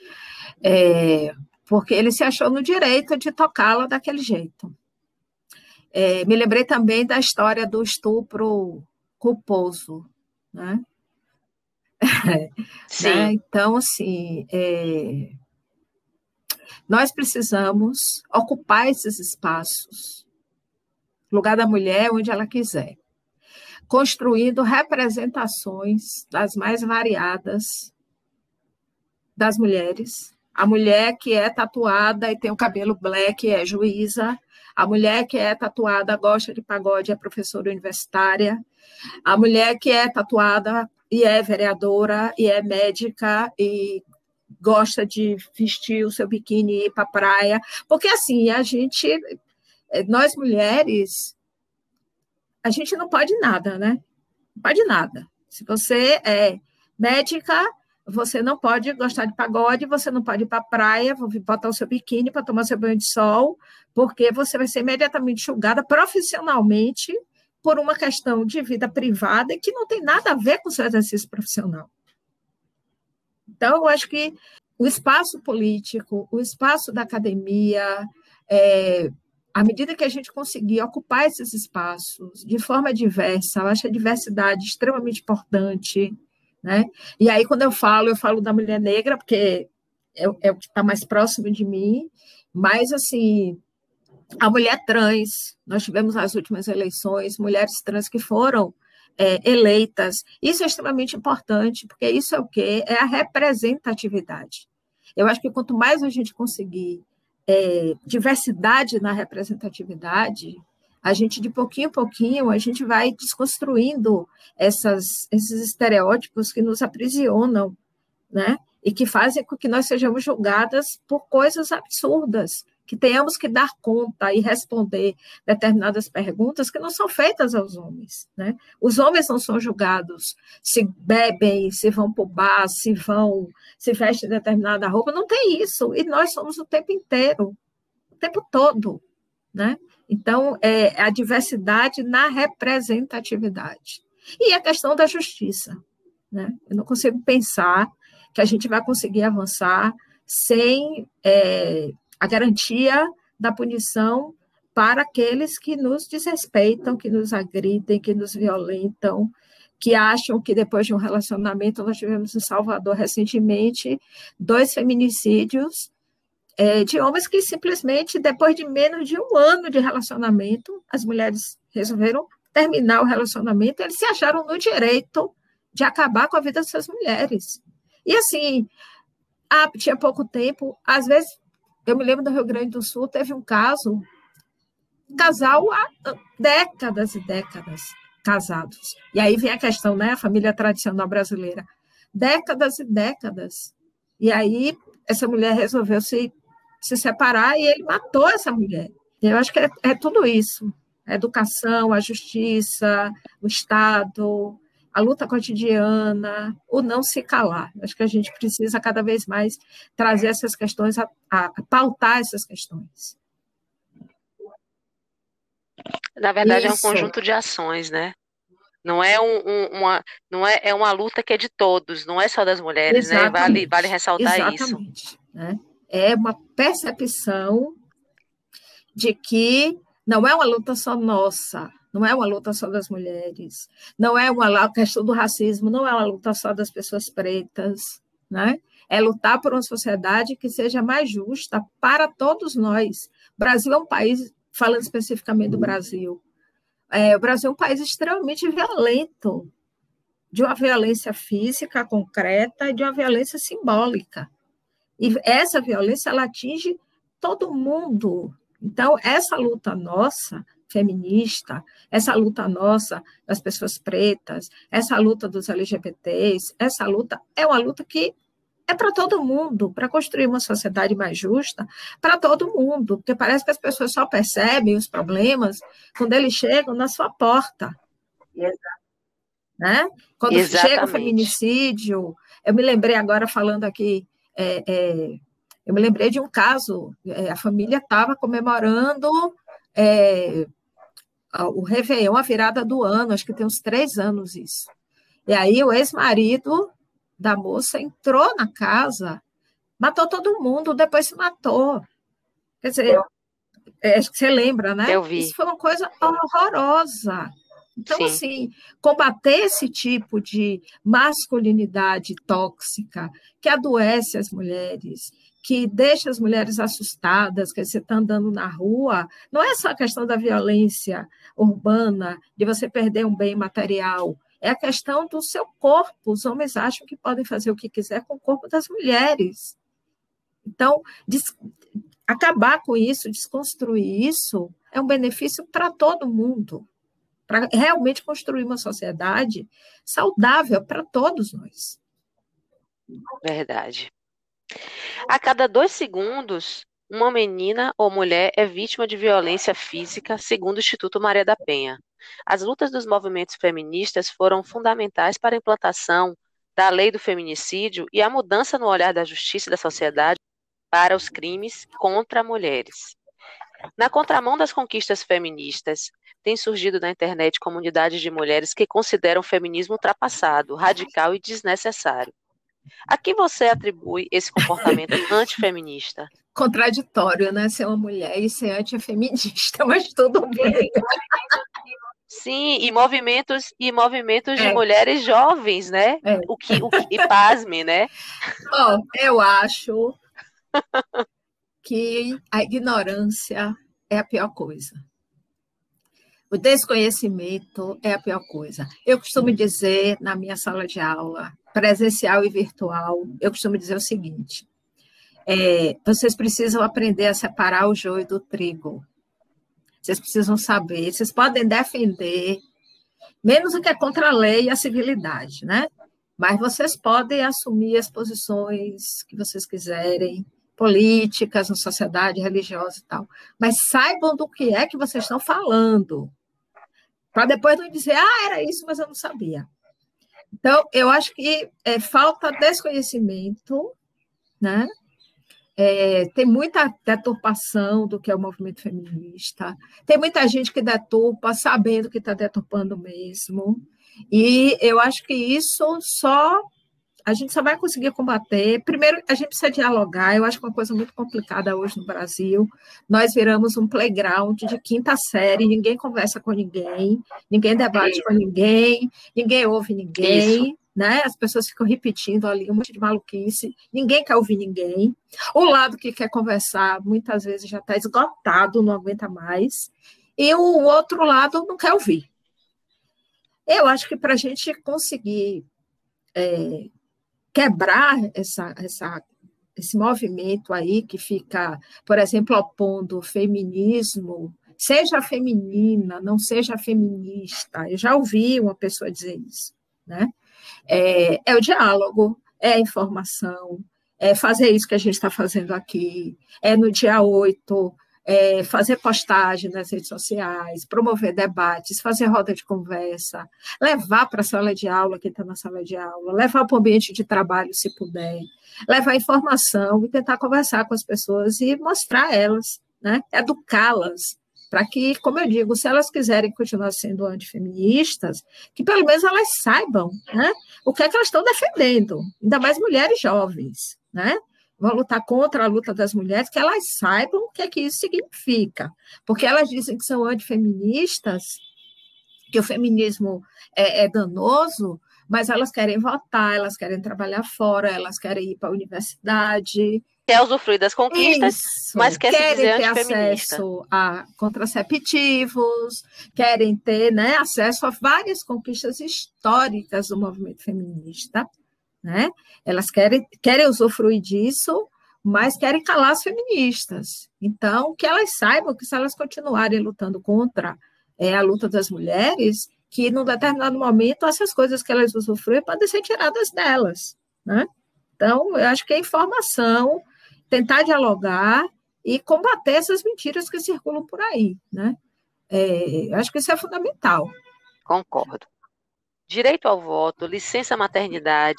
porque ele se achou no direito de tocá-la daquele jeito. Me lembrei também da história do estupro culposo, né? Sim. Então, assim, nós precisamos ocupar esses espaços, lugar da mulher onde ela quiser, construindo representações das mais variadas das mulheres. A mulher que é tatuada e tem o cabelo black é juíza, a mulher que é tatuada gosta de pagode é professora universitária, a mulher que é tatuada e é vereadora e é médica e gosta de vestir o seu biquíni e ir para a praia, porque assim, nós mulheres, a gente não pode nada, né? Não pode nada. Se você é médica, você não pode gostar de pagode, você não pode ir para a praia, botar o seu biquíni para tomar seu banho de sol, porque você vai ser imediatamente julgada profissionalmente por uma questão de vida privada que não tem nada a ver com o seu exercício profissional. Então, eu acho que o espaço político, o espaço da academia, à medida que a gente conseguir ocupar esses espaços de forma diversa, eu acho a diversidade extremamente importante, né? E aí, quando eu falo da mulher negra, porque é o que está mais próximo de mim, mas, assim, a mulher trans, nós tivemos nas últimas eleições mulheres trans que foram eleitas. Isso é extremamente importante, porque isso é o quê? É a representatividade. Eu acho que quanto mais a gente conseguir diversidade na representatividade, a gente, de pouquinho em pouquinho, a gente vai desconstruindo esses estereótipos que nos aprisionam, né? E que fazem com que nós sejamos julgadas por coisas absurdas, que tenhamos que dar conta e responder determinadas perguntas que não são feitas aos homens, né? Os homens não são julgados se bebem, se vão para o bar, se vestem determinada roupa, não tem isso, e nós somos o tempo inteiro, o tempo todo, né? Então, a diversidade na representatividade. E a questão da justiça, né? Eu não consigo pensar que a gente vai conseguir avançar sem a garantia da punição para aqueles que nos desrespeitam, que nos agridem, que nos violentam, que acham que depois de um relacionamento, nós tivemos em Salvador recentemente 2 feminicídios de homens que simplesmente, depois de menos de um ano de relacionamento, as mulheres resolveram terminar o relacionamento, eles se acharam no direito de acabar com a vida dessas mulheres. E assim, tinha pouco tempo, às vezes, eu me lembro do Rio Grande do Sul, teve um casal há décadas e décadas casados. E aí vem a questão, né? A família tradicional brasileira. Décadas e décadas. E aí essa mulher resolveu se separar e ele matou essa mulher. Eu acho que é tudo isso. A educação, a justiça, o Estado, a luta cotidiana, o não se calar. Acho que a gente precisa cada vez mais trazer essas questões, a pautar essas questões. Na verdade, é um Isso. conjunto de ações, né? Não é uma luta que é de todos, não é só das mulheres, né? Vale ressaltar isso. Exatamente. Né? É uma percepção de que não é uma luta só nossa, não é uma luta só das mulheres, não é a questão do racismo, não é uma luta só das pessoas pretas, né? É lutar por uma sociedade que seja mais justa para todos nós. O Brasil é um país, falando especificamente do Brasil, o Brasil é um país extremamente violento, de uma violência física concreta e de uma violência simbólica. E essa violência, ela atinge todo mundo. Então, essa luta nossa, feminista, essa luta nossa das pessoas pretas, essa luta dos LGBTs, essa luta é uma luta que é para todo mundo, para construir uma sociedade mais justa para todo mundo, porque parece que as pessoas só percebem os problemas quando eles chegam na sua porta. Né? Quando chega o feminicídio, eu me lembrei agora falando aqui Eu me lembrei de um caso, a família estava comemorando é, o Réveillon, a virada do ano, acho que tem uns 3 anos isso. E aí o ex-marido da moça entrou na casa, matou todo mundo, depois se matou. Quer dizer, acho que você lembra, né? Eu vi. Isso foi uma coisa horrorosa. Então, Sim. assim, combater esse tipo de masculinidade tóxica que adoece as mulheres, que deixa as mulheres assustadas, que você está andando na rua, não é só a questão da violência urbana, de você perder um bem material, é a questão do seu corpo. Os homens acham que podem fazer o que quiser com o corpo das mulheres. Então, acabar com isso, desconstruir isso, é um benefício para todo mundo, para realmente construir uma sociedade saudável para todos nós. Verdade. A cada 2 segundos, uma menina ou mulher é vítima de violência física, segundo o Instituto Maria da Penha. As lutas dos movimentos feministas foram fundamentais para a implantação da lei do feminicídio e a mudança no olhar da justiça e da sociedade para os crimes contra mulheres. Na contramão das conquistas feministas, tem surgido na internet comunidades de mulheres que consideram o feminismo ultrapassado, radical e desnecessário. A que você atribui esse comportamento antifeminista? Contraditório, né? Ser uma mulher e ser antifeminista, mas tudo bem. Sim, e movimentos de mulheres jovens, né? E pasme, né? Bom, eu acho que a ignorância é a pior coisa. O desconhecimento é a pior coisa. Eu costumo dizer na minha sala de aula, presencial e virtual, eu costumo dizer o seguinte: vocês precisam aprender a separar o joio do trigo. Vocês precisam saber, vocês podem defender, menos o que é contra a lei e a civilidade, né? Mas vocês podem assumir as posições que vocês quiserem, políticas, na sociedade, religiosa e tal. Mas saibam do que é que vocês estão falando, para depois não dizer, era isso, mas eu não sabia. Então, eu acho que falta desconhecimento, né? Tem muita deturpação do que é o movimento feminista, tem muita gente que deturpa sabendo que está deturpando mesmo, e eu acho que isso a gente só vai conseguir combater. Primeiro, a gente precisa dialogar, eu acho que é uma coisa muito complicada hoje no Brasil. Nós viramos um playground de quinta série, ninguém conversa com ninguém, ninguém debate com ninguém, ninguém ouve ninguém, né? As pessoas ficam repetindo ali um monte de maluquice, ninguém quer ouvir ninguém. O lado que quer conversar, muitas vezes já está esgotado, não aguenta mais, e o outro lado não quer ouvir. Eu acho que para a gente conseguir quebrar esse movimento aí que fica, por exemplo, opondo o feminismo, seja feminina, não seja feminista. Eu já ouvi uma pessoa dizer isso, né? É o diálogo, é a informação, é fazer isso que a gente está fazendo aqui, no dia 8, fazer postagem nas redes sociais, promover debates, fazer roda de conversa, levar para a sala de aula quem está na sala de aula, levar para o ambiente de trabalho, se puder, levar informação e tentar conversar com as pessoas e mostrar elas, né? Educá-las, para que, como eu digo, se elas quiserem continuar sendo antifeministas, que pelo menos elas saibam, né, o que é que elas estão defendendo, ainda mais mulheres jovens, né? Vão lutar contra a luta das mulheres, que elas saibam o que é que isso significa. Porque elas dizem que são antifeministas, que o feminismo é danoso, mas elas querem votar, elas querem trabalhar fora, elas querem ir para a universidade. Quer usufruir das conquistas, mas quer se dizer antifeminista. Querem ter acesso a contraceptivos, querem ter, né, acesso a várias conquistas históricas do movimento feminista, né? Elas querem usufruir disso, mas querem calar as feministas. Então, que elas saibam que se elas continuarem lutando contra a luta das mulheres, que num determinado momento essas coisas que elas usufruem podem ser tiradas delas, né? Então, eu acho que é informação, tentar dialogar e combater essas mentiras que circulam por aí, né? Eu acho que isso é fundamental. Concordo. Direito ao voto, licença maternidade,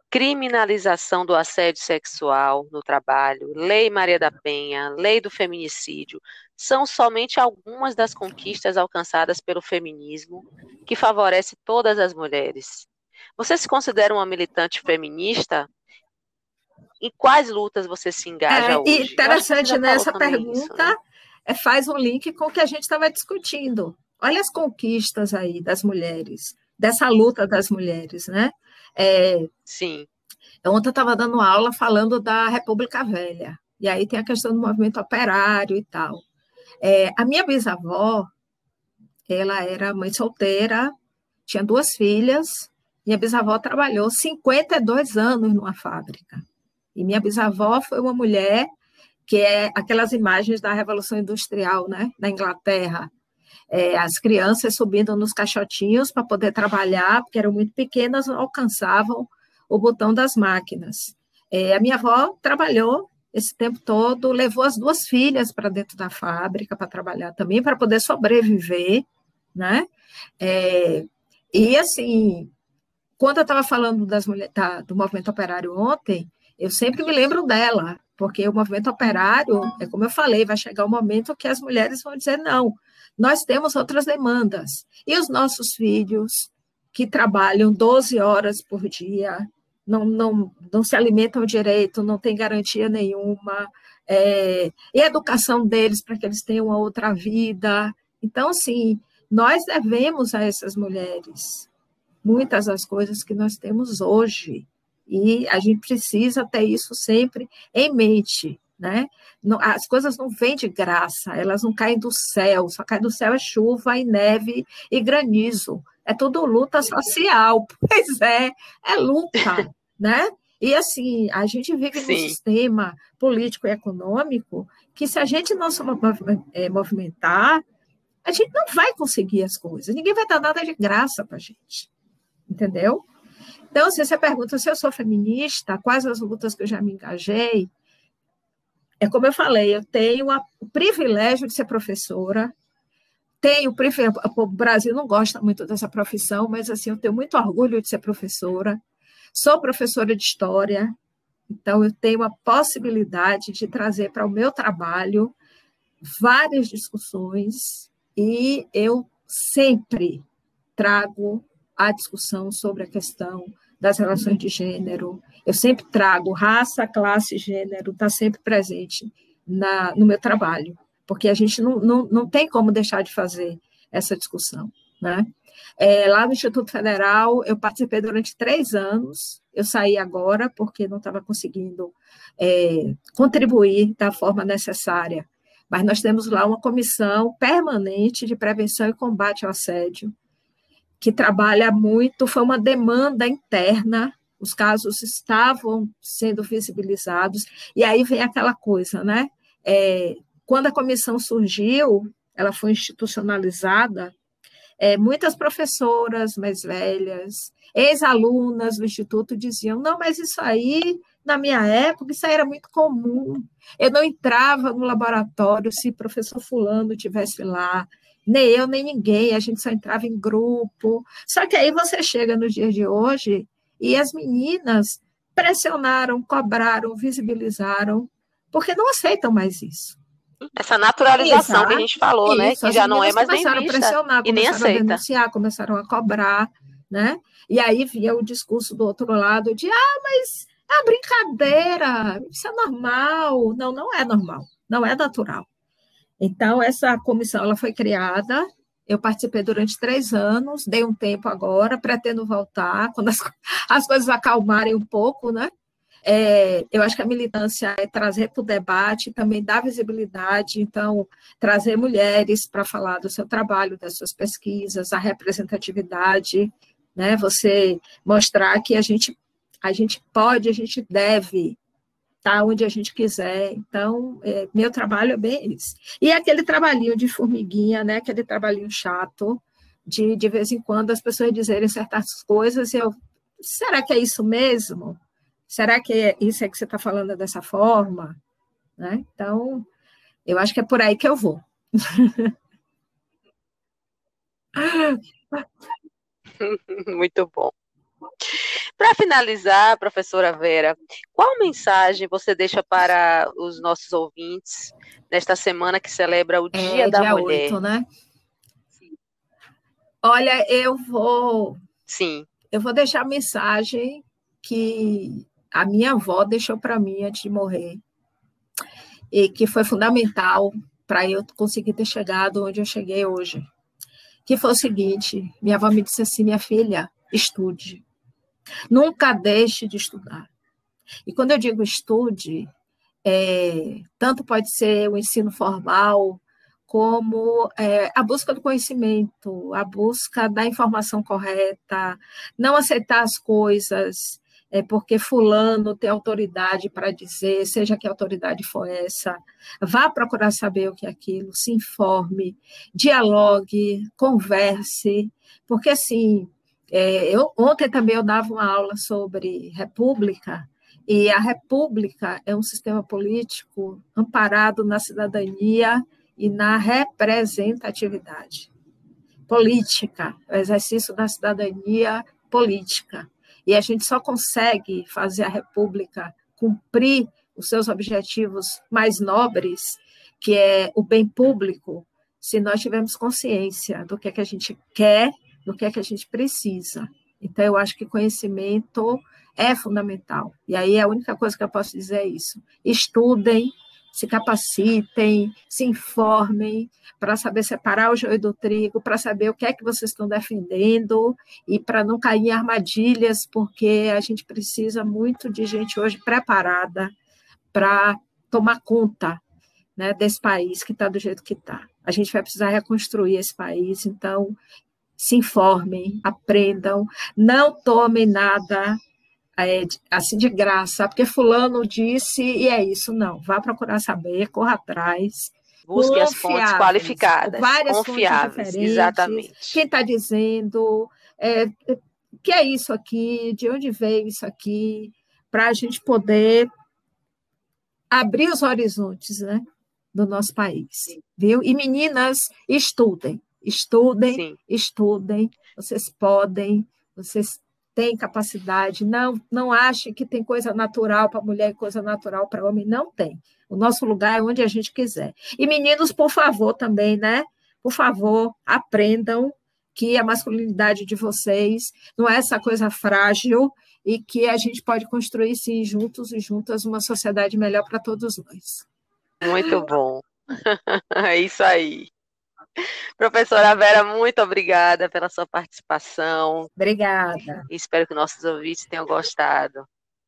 criminalização do assédio sexual no trabalho, Lei Maria da Penha, Lei do Feminicídio, são somente algumas das conquistas alcançadas pelo feminismo que favorece todas as mulheres. Você se considera uma militante feminista? Em quais lutas você se engaja E hoje? Eu acho que você interessante já falou nessa também isso, né? pergunta, faz um link com o que a gente estava discutindo. Olha as conquistas aí das mulheres, dessa luta das mulheres, né? Sim. Ontem eu estava dando aula falando da República Velha, e aí tem a questão do movimento operário e tal. A minha bisavó, ela era mãe solteira, tinha 2 filhas, minha bisavó trabalhou 52 anos numa fábrica. E minha bisavó foi uma mulher que é aquelas imagens da Revolução Industrial, né, na Inglaterra. As crianças subindo nos caixotinhos para poder trabalhar, porque eram muito pequenas, não alcançavam o botão das máquinas. A minha avó trabalhou esse tempo todo, levou as 2 filhas para dentro da fábrica para trabalhar também, para poder sobreviver, né? E, assim, quando eu estava falando do movimento operário ontem, eu sempre me lembro dela, porque o movimento operário, como eu falei, vai chegar um momento que as mulheres vão dizer não, nós temos outras demandas. E os nossos filhos, que trabalham 12 horas por dia, não se alimentam direito, não tem garantia nenhuma, e a educação deles para que eles tenham uma outra vida. Então, assim, nós devemos a essas mulheres muitas das coisas que nós temos hoje. E a gente precisa ter isso sempre em mente, né? As coisas não vêm de graça, elas não caem do céu, só cai do céu é chuva e neve e granizo. É tudo luta social, pois é luta, né? E assim, a gente vive num sistema político e econômico que se a gente não se movimentar, a gente não vai conseguir as coisas. Ninguém vai dar nada de graça para a gente. Entendeu? Então, se você pergunta se eu sou feminista, quais as lutas que eu já me engajei, como eu falei, eu tenho o privilégio de ser professora, o Brasil não gosta muito dessa profissão, mas assim, eu tenho muito orgulho de ser professora, sou professora de história, então eu tenho a possibilidade de trazer para o meu trabalho várias discussões e eu sempre trago a discussão sobre a questão das relações de gênero. Eu sempre trago raça, classe, gênero, está sempre presente no meu trabalho, porque a gente não tem como deixar de fazer essa discussão, né? Lá no Instituto Federal, eu participei durante 3 anos, eu saí agora porque não estava conseguindo contribuir da forma necessária, mas nós temos lá uma comissão permanente de prevenção e combate ao assédio, que trabalha muito, foi uma demanda interna, os casos estavam sendo visibilizados, e aí vem aquela coisa, né? Quando a comissão surgiu, ela foi institucionalizada, muitas professoras mais velhas, ex-alunas do Instituto diziam, não, mas isso aí, na minha época, isso aí era muito comum, eu não entrava no laboratório se o professor fulano estivesse lá, nem eu, nem ninguém, a gente só entrava em grupo. Só que aí você chega nos dias de hoje e as meninas pressionaram, cobraram, visibilizaram, porque não aceitam mais isso. Essa naturalização que a gente falou, né? Que já não é mais bem vista. Começaram a pressionar, e nem começaram aceita. a denunciar, começaram a cobrar, né? E aí vinha o discurso do outro lado de, mas é uma brincadeira, isso é normal. Não, não é normal, não é natural. Então, essa comissão ela foi criada, eu participei durante 3 anos, dei um tempo agora, pretendo voltar, quando as coisas acalmarem um pouco, né? Eu acho que a militância é trazer para o debate, também dar visibilidade, então, trazer mulheres para falar do seu trabalho, das suas pesquisas, a representatividade, né? Você mostrar que a gente pode, a gente deve estar onde a gente quiser. Então, meu trabalho é bem isso. E aquele trabalhinho de formiguinha, né? Aquele trabalhinho chato, de vez em quando as pessoas dizerem certas coisas, e será que é isso mesmo? Será que isso é que você está falando dessa forma? Né? Então, eu acho que é por aí que eu vou. Muito bom. Para finalizar, professora Vera, qual mensagem você deixa para os nossos ouvintes nesta semana que celebra o Dia da dia Mulher? 8, né? Olha, Sim. Eu vou deixar a mensagem que a minha avó deixou para mim antes de morrer e que foi fundamental para eu conseguir ter chegado onde eu cheguei hoje. Que foi o seguinte, minha avó me disse assim, minha filha, estude. Nunca deixe de estudar. E quando eu digo estude, tanto pode ser o ensino formal, como a busca do conhecimento, a busca da informação correta, não aceitar as coisas porque fulano tem autoridade para dizer, seja que autoridade for essa, vá procurar saber o que é aquilo, se informe, dialogue, converse, porque assim, ontem também eu dava uma aula sobre república, e a república é um sistema político amparado na cidadania e na representatividade política, o exercício da cidadania política. E a gente só consegue fazer a república cumprir os seus objetivos mais nobres, que é o bem público, se nós tivermos consciência do que é que a gente quer, do que é que a gente precisa. Então, eu acho que conhecimento é fundamental. E aí a única coisa que eu posso dizer é isso. Estudem, se capacitem, se informem para saber separar o joio do trigo, para saber o que é que vocês estão defendendo e para não cair em armadilhas, porque a gente precisa muito de gente hoje preparada para tomar conta, né, desse país que está do jeito que está. A gente vai precisar reconstruir esse país, então se informem, aprendam, não tomem nada assim de graça, porque fulano disse e é isso, não. Vá procurar saber, corra atrás. Busque as fontes qualificadas, várias confiáveis, fontes diferentes. exatamente. Quem está dizendo, que é isso aqui, de onde veio isso aqui, para a gente poder abrir os horizontes, né, do nosso país, viu? E meninas, estudem, Sim. estudem, vocês podem, vocês têm capacidade, não achem que tem coisa natural para mulher e coisa natural para homem, não tem. O nosso lugar é onde a gente quiser. E meninos, por favor, também, né? Por favor, aprendam que a masculinidade de vocês não é essa coisa frágil e que a gente pode construir, sim, juntos e juntas, uma sociedade melhor para todos nós. Muito bom. É isso aí. Professora Vera, muito obrigada pela sua participação. Obrigada. E espero que nossos ouvintes tenham gostado.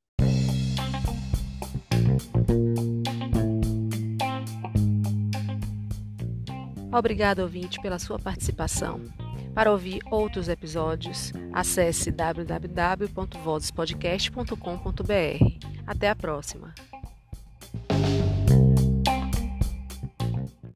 Obrigada, ouvinte, pela sua participação. Para ouvir outros episódios, acesse www.vozespodcast.com.br. Até a próxima!